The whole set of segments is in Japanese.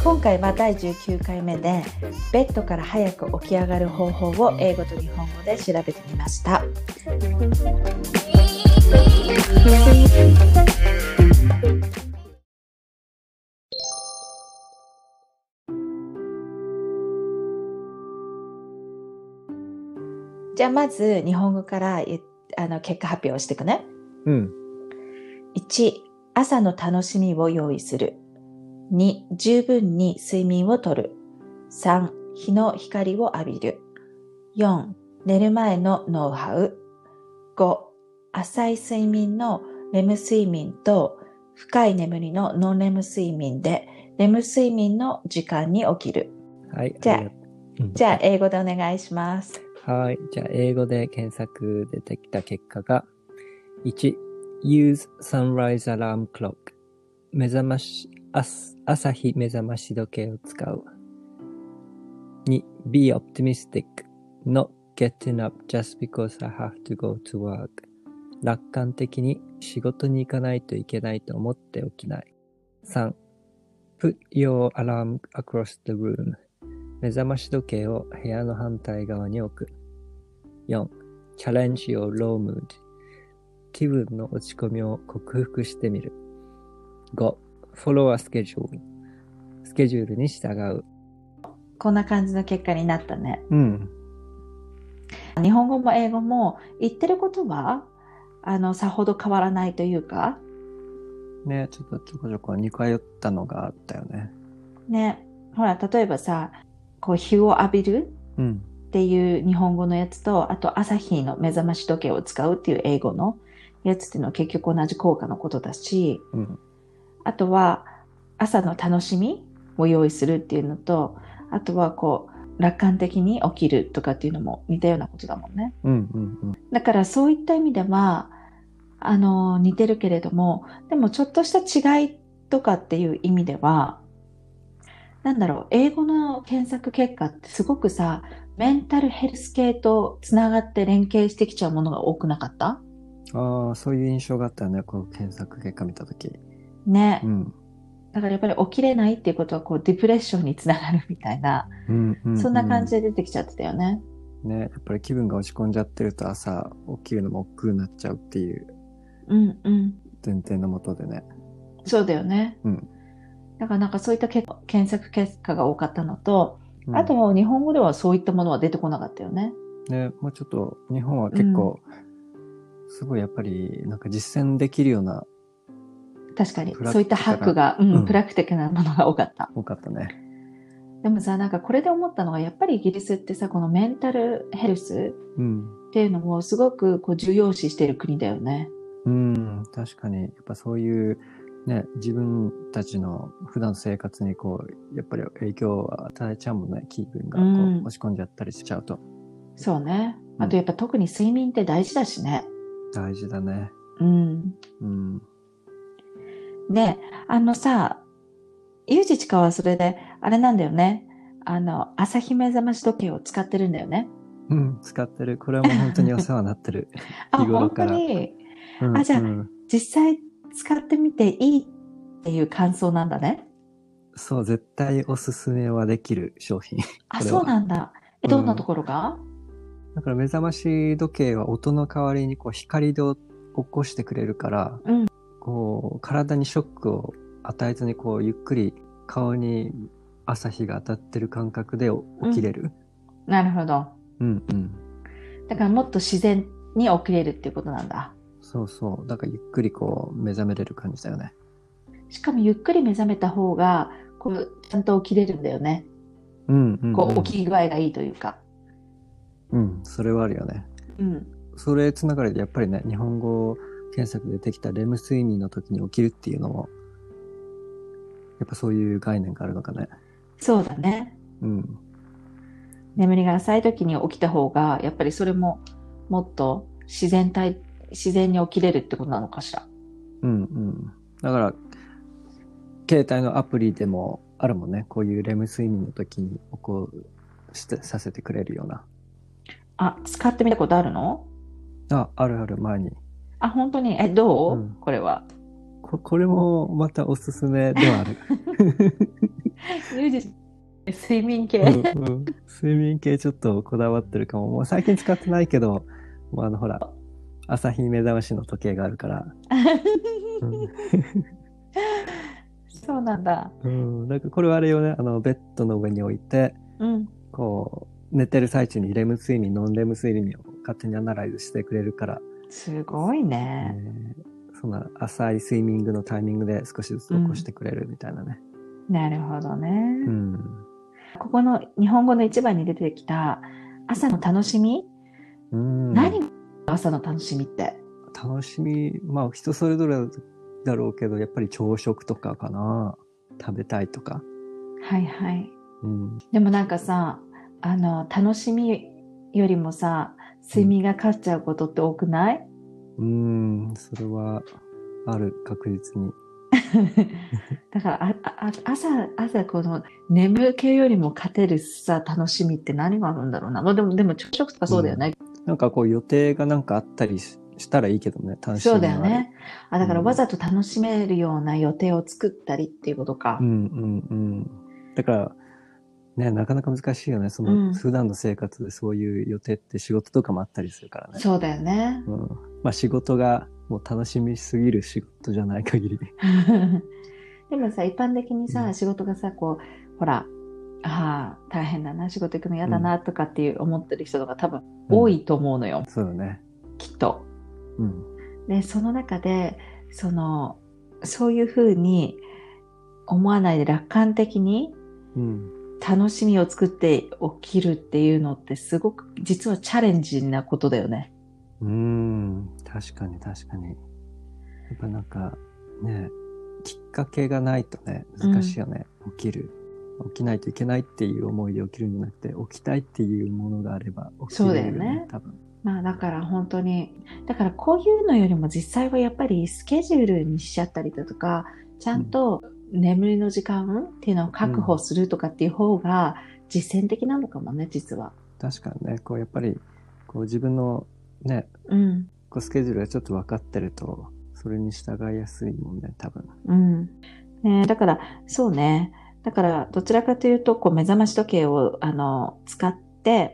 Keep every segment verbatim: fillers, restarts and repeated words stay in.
今回はだいじゅうきゅうかいめでベッドから早く起き上がる方法を英語と日本語で調べてみました。じゃあまず日本語からあの結果発表をしていくね。 うん。 いち、朝の楽しみを用意する。に、十分に睡眠をとる。さん、日の光を浴びる。よん、寝る前のノウハウ。ご、浅い睡眠のレム睡眠と深い眠りのノンレム睡眠でレム睡眠の時間に起きる。 はい。 じゃあ、 うん、 じゃあ英語でお願いします。 はい。じゃあ英語で検索でできた結果がいち、Use Sunrise Alarm Clock 目覚まし朝日目覚まし時計を使う。に、Be optimistic not getting up just because I have to go to work 楽観的に仕事に行かないといけないと思っておきない。さん、Put your alarm across the room 目覚まし時計を部屋の反対側に置く。よん、Challenge your low mood 気分の落ち込みを克服してみる。ご、Follow a schedule スケジュールに従う。 こんな感じの結果になったね。 うん。 日本語も英語も言ってることはあのさほど変わらないというかね、ちょっとちょこちょこ似通ったのがあったよね。 ね、ほら例えばさ、こう日を浴びるっていう日本語のやつと、うん、あと朝日の目覚まし時計を使うっていう英語のやつっていうのは結局同じ効果のことだし、 うん、 あとは朝の楽しみを用意するっていうのと、あとはこう楽観的に起きるとかっていうのも似たようなことだもんね。 うんうんうん、 だからそういった意味ではあの似てるけれども、でもちょっとした違いとかっていう意味ではなんだろう、英語の検索結果ってすごくさ、メンタルヘルス系とつながって連携してきちゃうものが多くなかった？ ああ、そういう印象があったよね、こう検索結果見たとき。 ね、 うん。 だからやっぱり起きれないっていうことはこうディプレッションにつながるみたいな、 うんうんうん、 そんな感じで出てきちゃってたよね。 ね、やっぱり気分が落ち込んじゃってると朝起きるのも億劫になっちゃうっていううんうん。 前提のもとでね。 そうだよね。 うん。 だからなんかそういった検索結果が多かったのと、 うん、 あと日本語ではそういったものは出てこなかったよね。 ね、もうちょっと日本は結構、うん、すごいやっぱりなんか実践できるような、 確かにそういったハックが、うんうん、プラクティカルなものが多かった。 多かったね。 でもさ、なんかこれで思ったのがやっぱりイギリスってさ、このメンタルヘルスっていうのもすごくこう重要視している国だよね。 うん、確かにやっぱそういうね、自分たちの普段生活にこうやっぱり影響を与えちゃうもんね、気分がこう、うん、落ち込んじゃったりしちゃうと。 そうね。あとやっぱ特に睡眠って大事だしね。 大事だね。 うん。 うん。 で、あのさ、ゆうじちかはそれであれなんだよね。あの朝日目覚まし時計を使ってるんだよね。 うん、使ってる。これはもう本当にお世話になってる。 あ、本当に。うん、あ、じゃあ、うん、実際使ってみていいっていう感想なんだね。 そう、絶対おすすめはできる商品。 あ、そうなんだ。え、どんなところが？ うん、だから目覚まし時計は音の代わりにこう光で起こしてくれるから、うん、こう体にショックを与えずにこうゆっくり顔に朝日が当たってる感覚で起きれる。 うん、なるほど。 うんうん。 だからもっと自然に起きれるっていうことなんだ。 そうそう。だからゆっくりこう目覚めれる感じだよね。 しかもゆっくり目覚めた方がこうちゃんと起きれるんだよね。 うんうん、うん、 こう起き具合がいいというか。 うん、それはあるよね。 うん。 それつながりでやっぱりね、日本語検索でできたレム睡眠の時に起きるっていうのもやっぱそういう概念があるのかね。 そうだね。 うん。 眠りが浅い時に起きた方がやっぱりそれももっと自然体自然に起きれるってことなのかしら。 うんうん。だから携帯のアプリでもあるもんね。こういうレム睡眠の時に起こしてさせてくれるような。 あ、使ってみたことあるの？ あ、あるある、前に。 あ、本当に？え、どう？うん、これは。 こ、これもまたおすすめではある。 ユージ、睡眠うん系。 うん、睡眠系ちょっとこだわってるかも。もう最近使ってないけど、もうあのほら、朝日目覚ましの時計があるから。うん、 そうなんだ。 うん、なんかこれはあれよね、あのベッドの上に置いて、 うん。 こう、寝てる最中にレム睡眠、ノンレム睡眠を勝手にアナライズしてくれるから、 すごいね。 ね、そんな浅い睡眠のタイミングで少しずつ起こしてくれるみたいなね。 なるほどね。 うん。 ここの日本語の一番に出てきた朝の楽しみ、 うん、 何が朝の楽しみって？ 楽しみ、まあ人それぞれだろうけど、やっぱり朝食とかかな。食べたいとか。 はいはい。 うん、 でもなんかさ、あの、楽しみよりもさ、睡眠が勝っちゃうことって多くない？ うん、それはある、確実に。 だからああ朝、朝この眠気よりも勝てるさ、楽しみって何があるんだろうな。まあ、でも、でも朝食とかそうだよね。 うん、なんかこう予定がなんかあったりししたらいいけどね、楽しみそうだのある。 よね。あ、だからわざと楽しめるような予定を作ったりっていうことか。 うんうんうん。だから、ね、なかなか難しいよね。その、普段の生活でそういう予定って仕事とかもあったりするからね。 そうだよね。 うん。まあ仕事がもう楽しみすぎる仕事じゃない限り。 でもさ、一般的にさ、 うん、 仕事がさ、こう、ほら、ああ、大変だな、仕事行くの嫌だな、とかっていう思ってる人が多分多いと思うのよ。 うん、そうだね。 きっと。 うん。 で、その中で、その、そういうふうに思わないで楽観的に楽しみを作って起きるっていうのってすごく実はチャレンジなことだよね。 うん、確かに確かに。やっぱなんかね、きっかけがないとね、難しいよね、うん、起きる。起きないといけないっていう思いで起きるんじゃなくて、起きたいっていうものがあれば起きれるよね、そうだよね、多分。まあだから本当に、だからこういうのよりも実際はやっぱりスケジュールにしちゃったりだとか、ちゃんと眠りの時間っていうのを確保するとかっていう方が実践的なのかもね、実は。 確かにね、こうやっぱりこう自分のね、 うん、 こうスケジュールがちょっと分かってると、それに従いやすいもんね、多分。 うん。ね、だから、そうね。だから、どちらかというと、こう、目覚まし時計を、あの、使って、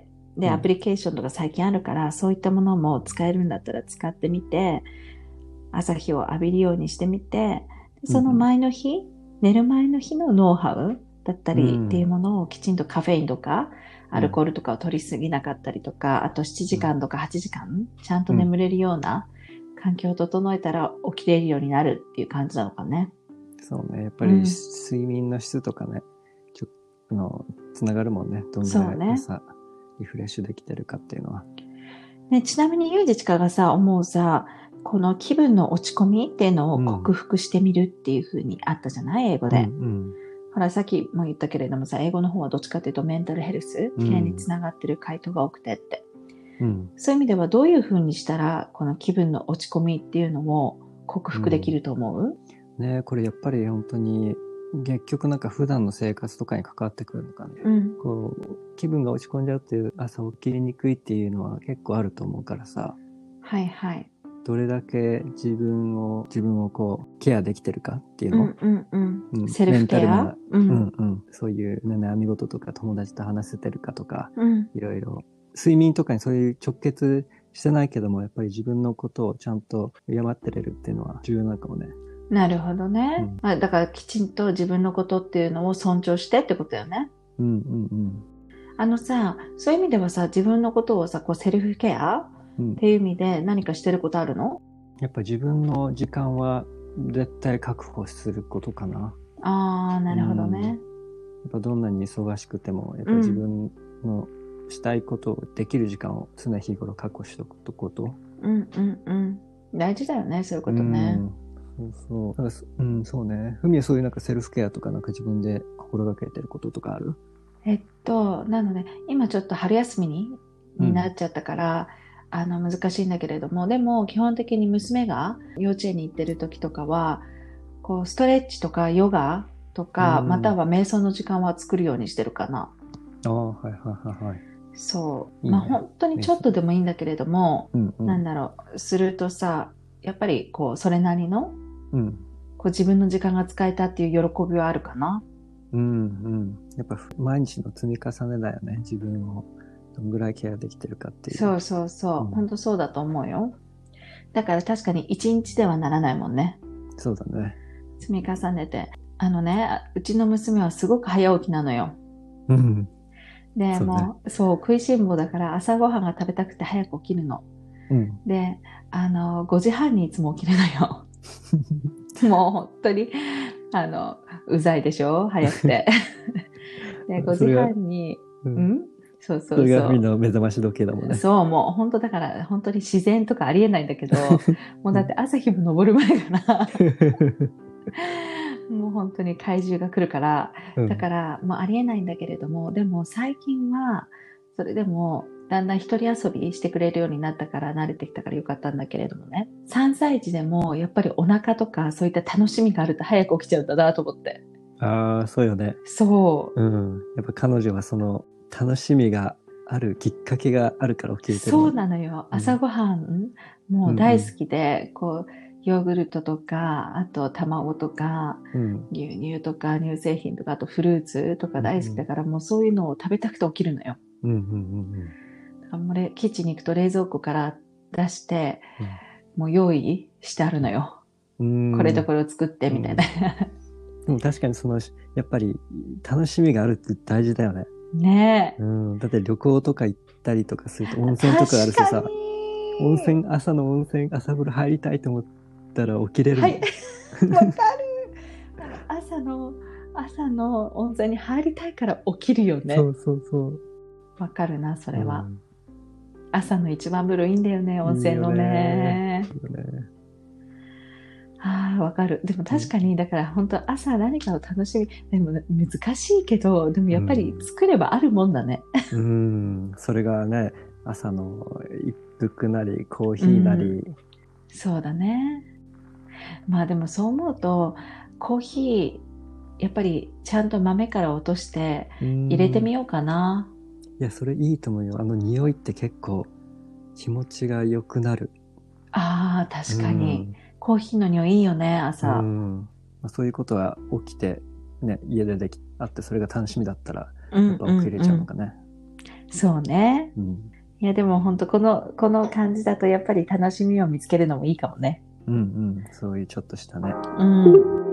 で、アプリケーションとか最近あるから、うん、そういったものも使えるんだったら使ってみて、朝日を浴びるようにしてみて、その前の日、うん、寝る前の日のノウハウだったりっていうものをきちんとカフェインとか、アルコールとかを取りすぎなかったりとか、あとしちじかんとかはちじかん、ちゃんと眠れるような環境を整えたら起きれるようになるっていう感じなのかね。 そうね。やっぱり睡眠の質とかね、ちょっとのつながるもんね。どんぐらい朝リフレッシュできてるかっていうのは。 ね、ちなみにゆうじちかがさ、思うさ、この気分の落ち込みっていうのを克服してみるっていう風にあったじゃない、英語で。うんうん、ほら、さっきも言ったけれどもさ、英語の方はどっちかっていうとメンタルヘルス系につながってる回答が多くてって。うん、そういう意味ではどういう風にしたら、この気分の落ち込みっていうのを克服できると思う？うんね、これやっぱり本当に結局なんか普段の生活とかに関わってくるのかね、うん、こう気分が落ち込んじゃうっていう朝起きにくいっていうのは結構あると思うからさ、 はいはい、 どれだけ自分を自分をこうケアできてるかっていうの、 うんうんうんうん、セルフケア、 メンタルな、うんうんうん、そういう、ね、悩み事とか友達と話せてるかとか、うん、いろいろ睡眠とかにそういう直結してないけどもやっぱり自分のことをちゃんと敬ってれるっていうのは重要なのかもね。 なるほどね、うんまあ、だからきちんと自分のことっていうのを尊重してってことだよね。 うんうんうん。 あのさ、そういう意味ではさ、自分のことをさ、こうセルフケアっていう意味で何かしてることあるの？ やっぱ自分の時間は絶対確保することかな。 ああ、なるほどね、うん。やっぱどんなに忙しくても、やっぱ自分のしたいことをできる時間を常日頃確保しておくこと。 うんうんうん。大事だよね、そういうことね。 うんそうそう。なんかうん、そうね。ふみはそういうなんかセルフケアとかなんか自分で心がけてることとかある？ えっと、なので、今ちょっと春休みに、になっちゃったから、うん、あの、難しいんだけれども、でも基本的に娘が幼稚園に行ってる時とかは、こう、ストレッチとかヨガとか、うん、または瞑想の時間は作るようにしてるかな。 ああ、はいはいはいはい。 そう。いいね、まあ本当にちょっとでもいいんだけれども、うんうん、なんだろう、するとさ、やっぱりこう、それなりの、うん、こう自分の時間が使えたっていう喜びはあるかな。 うんうん。やっぱ毎日の積み重ねだよね。自分をどんぐらいケアできてるかっていう。 そうそうそう。 うん、 本当そうだと思うよ。だから確かに一日ではならないもんね。 そうだね。 積み重ねて。あのね、うちの娘はすごく早起きなのよ。 うん。 で、 そうね、 もう、そう、食いしん坊だから朝ごはんが食べたくて早く起きるの。 うん。 で、あの、ごじはんにいつも起きるのよ。もう本当に、あの、うざいでしょ早くて。で、ごじはんに、 うん、 うん、そうそうそう。 それがみんな目覚まし時計だもんね。 そう、もう本当だから、本当に自然とかありえないんだけど、もうだって朝日も昇る前からもう本当に怪獣が来るから、だからもうありえないんだけれども、でも最近は、それでもだんだん一人遊びしてくれるようになったから慣れてきたからよかったんだけれどもね。さんさい児でもやっぱりお腹とかそういった楽しみがあると早く起きちゃうんだなと思って。 ああ、そうよね。 そう。 うん。やっぱ彼女はその楽しみがあるきっかけがあるから起きれてる。 そうなのよ。朝ごはん、うん、もう大好きで、うんうん、こう、ヨーグルトとか、あと卵とか、うん、牛乳とか乳製品とか、あとフルーツとか大好きだから、うんうん、もうそういうのを食べたくて起きるのよ。うんうんうんうん、だからもうキッチンに行くと冷蔵庫から出して、うん、もう用意してあるのよ。うん、これとこれを作ってみたいな。 うん、でも確かにその、やっぱり楽しみがあるって大事だよね。 ねえ、 うん。だって旅行とか行ったりとかすると温泉とかあるしさ、温泉、朝の温泉、朝風呂入りたいと思ったら起きれるもん。はい。 わかる。朝の、朝の温泉に入りたいから起きるよね。 そうそうそう。 わかるな、それは。うん、朝の一番風呂いいんだよね、温泉のね。いいよね。ああ、わかる。でも確かに、だから本当朝何かを楽しみ、でも難しいけど、でもやっぱり作ればあるもんだね。 うん、うん、それがね、朝の一服なり、コーヒーなり、うん。 そうだね。まあでもそう思うと、コーヒー、やっぱりちゃんと豆から落として入れてみようかな。 いや、それいいと思うよ。あの匂いって結構気持ちが良くなる。あああ、確かに。コーヒーの匂いいいよね、朝。 うん、そういうことは起きて、ね、家でできあってそれが楽しみだったら、やっぱ起きれちゃうのかね。うんうんうん、そうね。うん、いや、でも本当この、この感じだとやっぱり楽しみを見つけるのもいいかもね。 うんうん、そういうちょっとしたね。 うん。